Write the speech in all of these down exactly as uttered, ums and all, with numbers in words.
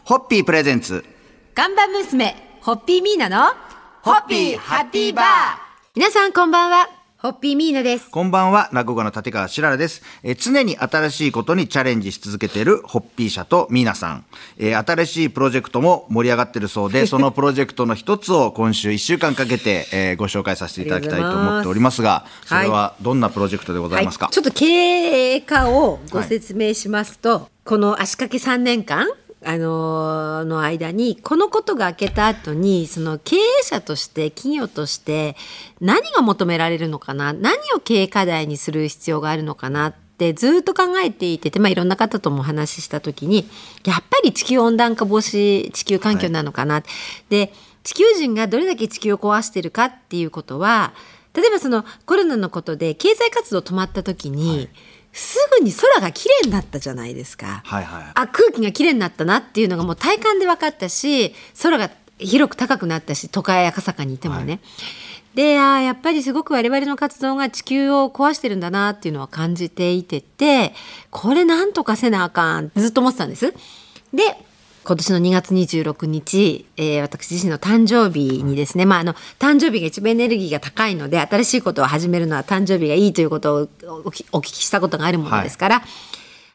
ホッピープレゼンツ看板娘ホッピーミーナのホッピーハッピーバー。 皆さんこんばんは、ホッピーミーナです。 こんばんは、落語家の立川しららです。えー常に新しいことにチャレンジし続けているホッピー社とミーナさん、えー新しいプロジェクトも盛り上がってるそうでそのプロジェクトの一つを今週いっしゅうかんかけて、えーご紹介させていただきたいと思っておりますが、それはどんなプロジェクトでございますか？ はい、ちょっと経営化をご説明しますと、はい、この足掛けさんねんかんあのー、の間にこのことが明けた後にその経営者として企業として何が求められるのかな、何を経営課題にする必要があるのかなってずっと考えていてて、まあ、いろんな方ともお話しした時にやっぱり地球温暖化防止地球環境なのかな、はい、で地球人がどれだけ地球を壊してるかっていうことは、例えばそのコロナのことで経済活動止まった時に、はい、すぐに空がきれいになったじゃないですか、 はいはい、 あ空気がきれいになったなっていうのがもう体感で分かったし、空が広く高くなったし、都会赤坂にいてもね、はい、であやっぱりすごく我々の活動が地球を壊してるんだなっていうのは感じていてて、これなんとかせなあかんずっと思ってたんです。で今年のにがつにじゅうろくにち、えー、私自身の誕生日にですね、まあ、あの誕生日が一番エネルギーが高いので新しいことを始めるのは誕生日がいいということをお聞きしたことがあるものですから、はい、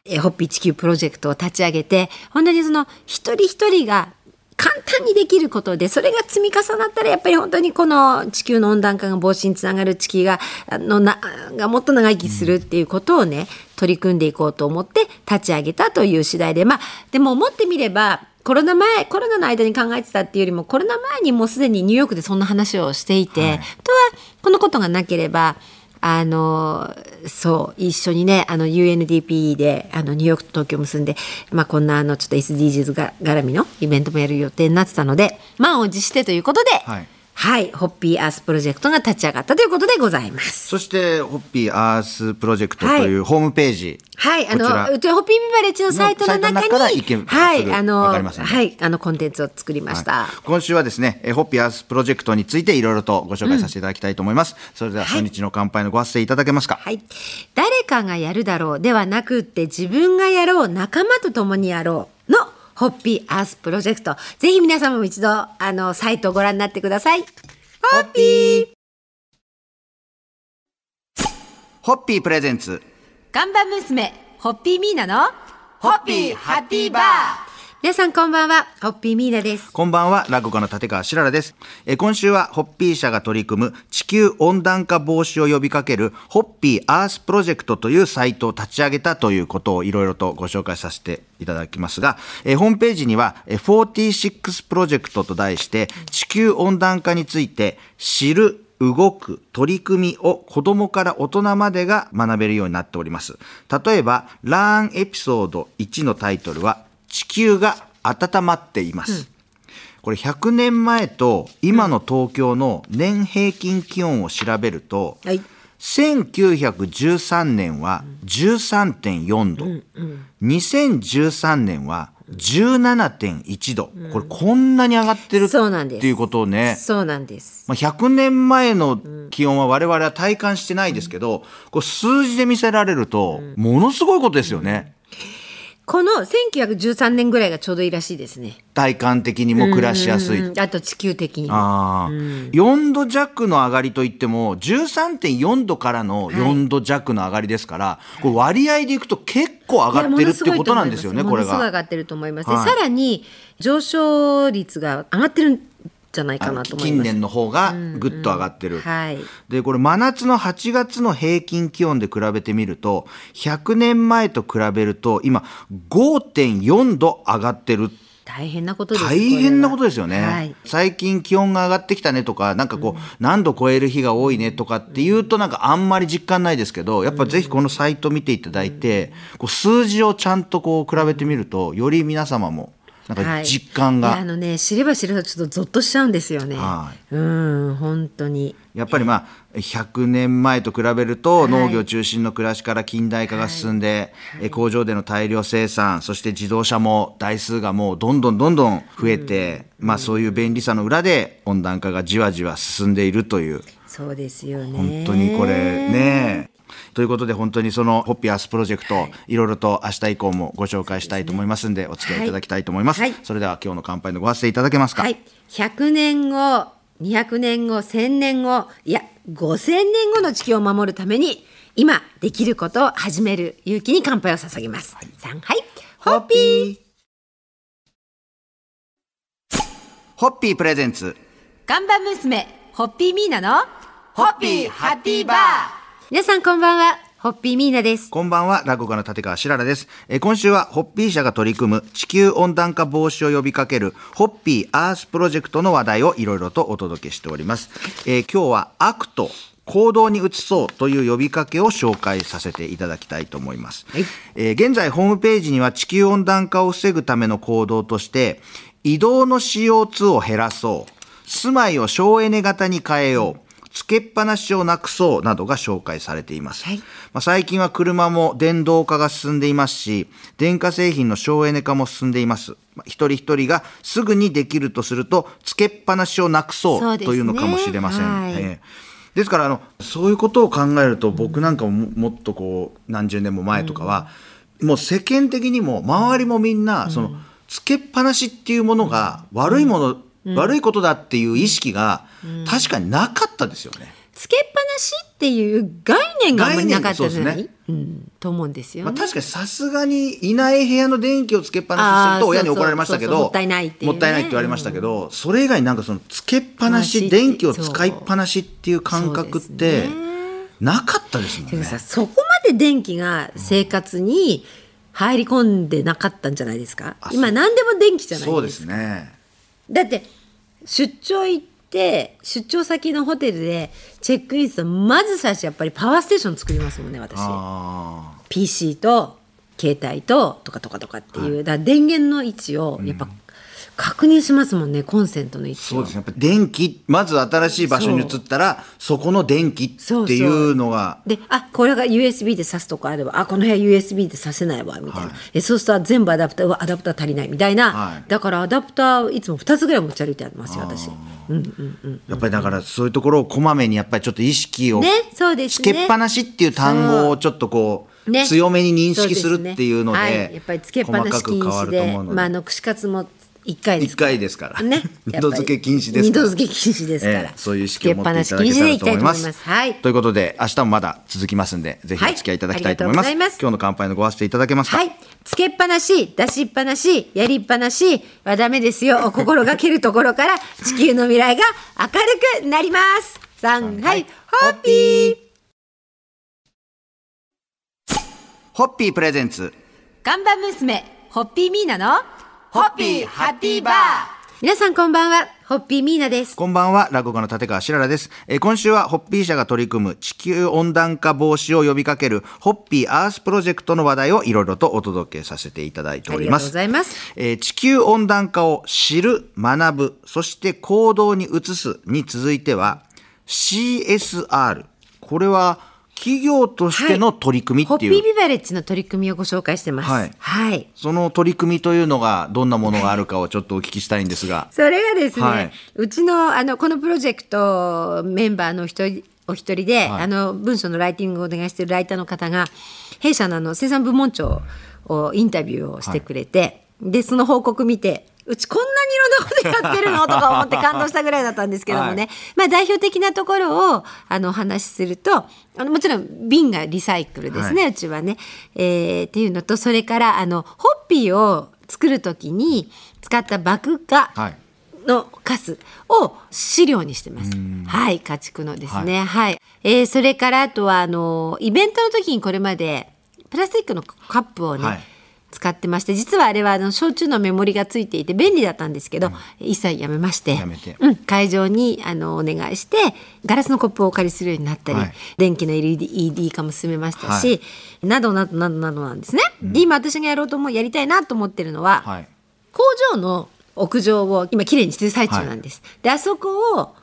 えー、ホッピー地球プロジェクトを立ち上げて、本当にその一人一人が簡単にできることで、それが積み重なったらやっぱり本当にこの地球の温暖化が防止につながる地球がのながもっと長生きするっていうことをね、取り組んでいこうと思って立ち上げたという次第で、まあでも思ってみればコロナ前コロナの間に考えてたっていうよりもコロナ前にもうすでにニューヨークでそんな話をしていて、はい、とはこのことがなければあのそう一緒にねあの ユーエヌディーピー であのニューヨークと東京を結んで、まあ、こんなあのちょっと エスディージーズ が絡みのイベントもやる予定になってたので、満を持してということで、はいはい、ホッピーアースプロジェクトが立ち上がったということでございます。 そしてホッピーアースプロジェクトというホームページ、 はい、はい、あのホッピービバレッジのサイトの中にはいあのはいあのコンテンツを作りました、はい、 今週はですねホッピーアースプロジェクトについていろいろとご紹介させていただきたいと思います、うん、それでは初日の乾杯のご発声いただけますか？ はい、誰かがやるだろうではなくって自分がやろう、仲間と共にやろうのホッピーアースプロジェクト、ぜひ皆様も一度あのサイトをご覧になってください。ホッピーホッピープレゼンツ看板娘ホッピーミーナのホッピーハッピーバー。 皆さんこんばんは、ホッピーミーナです。 こんばんは、落語家の立川しららです。え今週はホッピー社が取り組む地球温暖化防止を呼びかけるホッピーアースプロジェクトというサイトを立ち上げたということをいろいろとご紹介させていただきますが、えホームページにはよんじゅうろくプロジェクトと題して地球温暖化について知る動く取り組みを子どもから大人までが学べるようになっております。例えばラーンエピソードいちのタイトルは地球が温まっています、うん、これひゃくねんまえと今の東京の年平均気温を調べると、うん、はい、せんきゅうひゃくじゅうさんねんは じゅうさんてんよんど、うんうん、にせんじゅうさんねんは じゅうななてんいちど、うん、これこんなに上がってるっていうことをね、 そうなんです、 まあ、ひゃくねんまえの気温は我々は体感してないですけど、これ数字で見せられるとものすごいことですよね、 このせんきゅうひゃくじゅうさんねんぐらいがちょうどいいらしいですね。 体感的にも暮らしやすい、 うんうんうん、あと地球的にも、 あ、うん、よんど弱の上がりといっても じゅうさんてんよんどからのよんど弱の上がりですから、はい、これ割合でいくと結構上がってるってことなんですよね。これがものすごい上がってると思います、はい、さらに上昇率が上がってるじゃないかなと思います。 近年の方がぐっと上がってる、 うんうん、はい、 でこれ真夏のはちがつの平均気温で比べてみるとひゃくねんまえと比べると今 ごてんよんど上がってる。 大変なことです。 大変なことですよね、 はい、 最近気温が上がってきたねとかなんかこう、うん、何度超える日が多いねとかっていうとなんかあんまり実感ないですけど、やっぱぜひこのサイト見ていただいて、うん、こう数字をちゃんとこう比べてみるとより皆様もなんか実感が、 はい、あのね、知れば知るほどちょっとゾッとしちゃうんですよね、はい、うん本当にやっぱりまあひゃくねんまえと比べると農業中心の暮らしから近代化が進んで、はいはい、工場での大量生産、そして自動車も台数がもうどんどんどんどん増えて、うん、まあそういう便利さの裏で温暖化がじわじわ進んでいるという。 そうですよね。 本当にこれね、 ということで本当にそのホッピーアースプロジェクト、はい、いろいろと明日以降もご紹介したいと思いますんで、で、ね、お付き合いいただきたいと思います、はい、それでは今日の乾杯のご発声いただけますか。 はい、ひゃくねんご、にひゃくねんご、せんねんご、いやごせんねんごの地球を守るために今できることを始める勇気に乾杯を捧げます、はい、さんはいホッピーホッピープレゼンツ看板娘ホッピーミーナのホッピーハッピーバー。皆さんこんばんは、ホッピーミーナです。 こんばんは、落語家の立川しららです。え今週はホッピー社が取り組む地球温暖化防止を呼びかけるホッピーアースプロジェクトの話題をいろいろとお届けしております。えー、今日はアクト行動に移そうという呼びかけを紹介させていただきたいと思います、はいえー、現在ホームページには地球温暖化を防ぐための行動として移動の シーオーツー を減らそう、住まいを省エネ型に変えよう、つけっぱなしをなくそうなどが紹介されています、はいまあ、最近は車も電動化が進んでいますし、電化製品の省エネ化も進んでいます。まあ、一人一人がすぐにできるとするとつけっぱなしをなくそうというのかもしれません、はいえー、ですからあのそういうことを考えると、僕なんかももっとこう何十年も前とかは、うん、もう世間的にも周りもみんなその、うん、つけっぱなしっていうものが悪いもの、うん、悪いことだっていう意識が確かになかったですよね。 つけっぱなしっていう概念があんまりなかったじゃない、ねうん、と思うんですよ、ねまあ、 確かにさすがにいない部屋の電気をつけっぱなししてると親に怒られましたけど、 もったいないっていう、ね、 もったいないって言われましたけど、うん、それ以外になんかそのつけっぱなし、電気を使いっぱなしっていう感覚ってなかったですもんね。 さそこまで電気が生活に入り込んでなかったんじゃないですか。今何でも電気じゃないですか。 そうですね。 だって出張行って出張先のホテルでチェックインするとまず最初やっぱりパワーステーション作りますもんね、私。あ ピーシー と携帯ととかとかとかっていう、はい、だから電源の位置をやっぱ確認しますもんね、コンセントの位置を。 そうですね、やっぱ電気まず新しい場所に移ったら そ, そこの電気っていうのがそうそうで、あこれが ユーエスビー で挿すとこあれば、あこの部屋 ユーエスビー で挿せないわみたいな、はい、えそうすると全部アダプターはアダプター足りないみたいな、はい、だからアダプターいつもふたつぐらい持ち歩いてますよ私、うんうんうん、 やっぱりだからそういうところをこまめにやっぱりちょっと意識を、 ねそうですね、 つけっぱなしっていう単語をちょっとこうね、強めに認識するっていうので、ねはい、 やっぱりつけっぱなし禁止で、まあ、あの串カツもいっかいですから、 いっかいですからね、二度漬け禁止ですから、 二度漬け禁止ですから、えー、 そういう意識を持っていただけたらと思います。はい、ということで明日もまだ続きますんで、ぜひお付き合いいただきたいと思います。はい、ます今日の乾杯のご発声いただけますか。 はい、つけっぱなし、出しっぱなし、やりっぱなしはダメですよ。お心がけるところから地球の未来が明るくなります。さんはい、ホッピーホッピープレゼンツ看板娘ホッピーミーナのホッピーハッピーバー。皆さんこんばんは、ホッピーミーナです。 こんばんは、落語家の立川しららです。えー、今週はホッピー社が取り組む地球温暖化防止を呼びかけるホッピーアースプロジェクトの話題をいろいろとお届けさせていただいております。 ありがとうございます。 えー、地球温暖化を知る、学ぶ、そして行動に移すに続いては シーエスアール、 これは企業としての取り組みっていう、 はい、ホッピービバレッジの取り組みをご紹介してます、 はいはい、 その取り組みというのがどんなものがあるかをちょっとお聞きしたいんですがそれがですね、はい、うち の, あのこのプロジェクトメンバーの一人お一人で、はい、あの文章のライティングをお願いしているライターの方が弊社 の, あの生産部門長をインタビューをしてくれて、はい、でその報告見て、うちこんなにいろんなことやってるのとか思って感動したぐらいだったんですけどもね、はい、まあ、代表的なところをあのお話しすると、あのもちろん瓶がリサイクルですね、はい、うちはね、えー、っていうのと、それからあのホッピーを作るときに使った麦芽のカスを飼料にしてます、はい、家畜のですね、はいはい、えー、それからあとはあのイベントの時にこれまでプラスチックのカップをね、はい、使ってまして、実はあれはあの焼酎のメモリがついていて便利だったんですけど、うん、一切やめまして、やめて、うん、会場にあのお願いしてガラスのコップをお借りするようになったり、はい、電気の エルイーディー 化も進めましたし、はい、などなどなどなどなんですね、うん、で今私がやろうと思うやりたいなと思ってるのは、はい、工場の屋上を今きれいにしてる最中なんです、はい、であそこを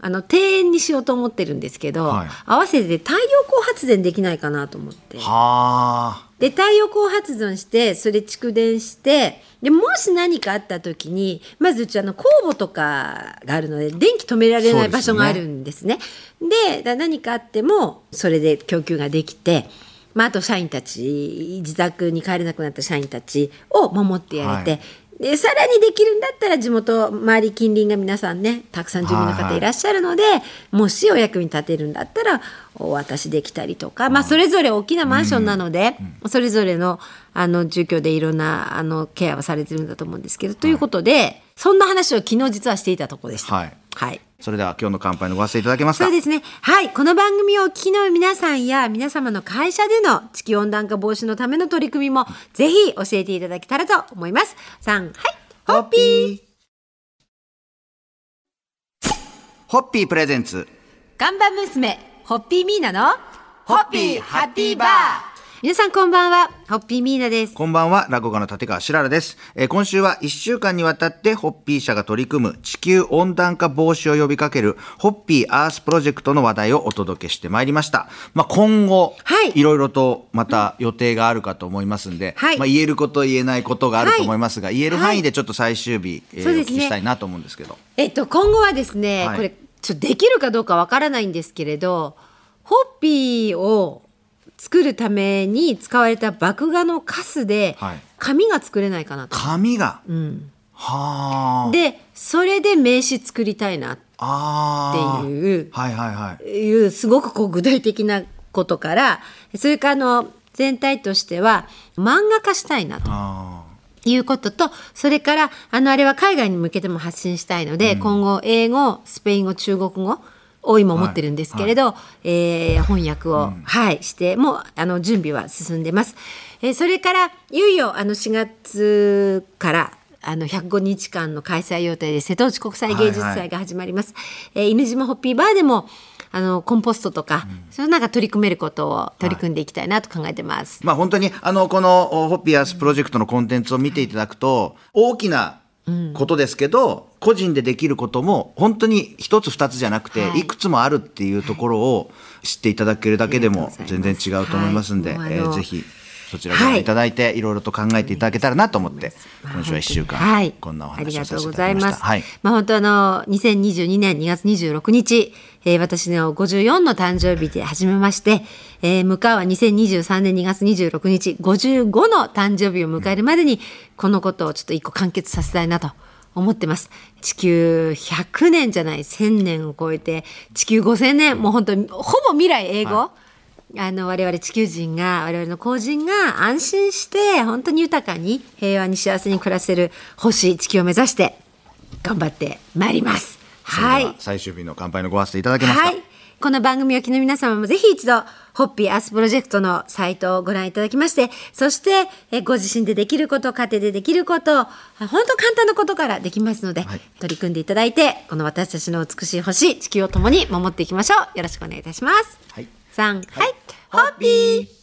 あの庭園にしようと思ってるんですけど、 はい、 合わせて太陽光発電できないかなと思って。 はで太陽光発電してそれ蓄電してでもし何かあった時にまずうちあの酵母とかがあるので電気止められない場所があるんですね。でだ何かあってもそれで供給ができて、まあ、あと社員たち自宅に帰れなくなった社員たちを守ってやれて、はい、でさらにできるんだったら地元周り近隣が皆さんねたくさん住民の方いらっしゃるので、はいはい、もしお役に立てるんだったらお渡しできたりとか、まあ、それぞれ大きなマンションなので、うん、それぞれの、あの住居でいろんなあのケアをされてるんだと思うんですけど、はい、ということでそんな話を昨日実はしていたところでした。 はい、 はい、 それでは今日の乾杯のご発声いただけますか。 そうですね、はい、この番組をお聞きの皆さんや皆様の会社での地球温暖化防止のための取り組みもぜひ教えていただけたらと思います。さん、はい、ホッピーホッピープレゼンツ看板娘ホッピーミーナのホッピーハッピーバー。 皆さんこんばんは、ホッピーミーナです。 こんばんは、落語家の立川しららです。えー、今週はいっしゅうかんにわたってホッピー社が取り組む地球温暖化防止を呼びかけるホッピーアースプロジェクトの話題をお届けしてまいりました。まあ、今後、はい、いろいろとまた予定があるかと思いますんで、はい、まあ、言えること言えないことがあると思いますが、はい、言える範囲でちょっと最終日、はい、えー、お聞きしたいなと思うんですけど、 えっと、今後はですね、はい、これちょっとできるかどうかわからないんですけれど、ホッピーを作るために使われた麦芽のカスで紙が作れないかなと。 紙が、 うん、 はあ。 でそれで名刺作りたいなっていう、 はいはいはい、 いうすごくこう具体的なことから、それからあの全体としては漫画化したいなということと、それからあのあれは海外に向けても発信したいので、うん、今後英語スペイン語中国語を今思ってるんですけれど、はいはい、えー、翻訳を、うん、はい、してもうあの準備は進んでます。えー、それからいよいよあのしがつからあのひゃくごにちかんの開催予定で瀬戸内国際芸術祭が始まります。はいはい、えー、犬島ホッピーバーでもあのコンポストとか、うん、そういうなんか取り組めることを取り組んでいきたいなと考えてます。 はい、まあ、本当にあのこのホッピーアースプロジェクトのコンテンツを見ていただくと、うん、大きなことですけど、うん、個人でできることも本当に一つ二つじゃなくて、はい、いくつもあるっていうところを知っていただけるだけでも全然違うと思いますんで、はい、えー、ぜひそちらご覧いただいて、はい、いろいろと考えていただけたらなと思って、今週はいっしゅうかん、はい、こんなお話をさせていただきました。はい、 まあ、本当あのにせんにじゅうにねんにがつにじゅうろくにち、えー、私のごじゅうよんの誕生日で始めまして、えー、向かうはにせんにじゅうさんねんにがつにじゅうろくにちごじゅうごの誕生日を迎えるまでに、うん、このことをちょっと一個完結させたいなと思ってます。地球ひゃくねんじゃないせんねんを超えて地球ごせんねん、もう本当にほぼ未来永劫、はい、あの我々地球人が我々の後人が安心して本当に豊かに平和に幸せに暮らせる星地球を目指して頑張ってまいります。 はい、最終日の乾杯のご発声いただけますか。 はい、この番組をお聞きの皆様もぜひ一度ホッピーアースプロジェクトのサイトをご覧いただきまして、そしてえご自身でできること、家庭でできること、本当簡単なことからできますので、はい、取り組んでいただいて、この私たちの美しい星地球を共に守っていきましょう。よろしくお願いいたします。はい、さん、はい、はい、ホッピー。